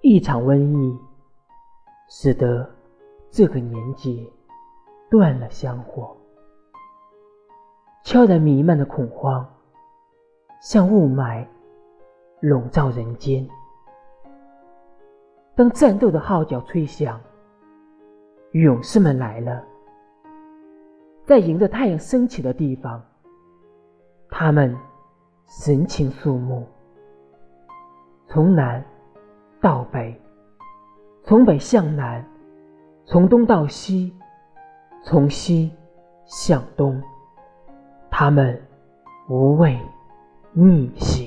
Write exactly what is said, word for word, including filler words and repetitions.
一场瘟疫使得这个年节断了香火，悄然弥漫的恐慌像雾霾笼罩人间。当战斗的号角吹响，勇士们来了，在迎着太阳升起的地方，他们神情肃穆，从南到北，从北向南，从东到西，从西向东，他们无畏逆行。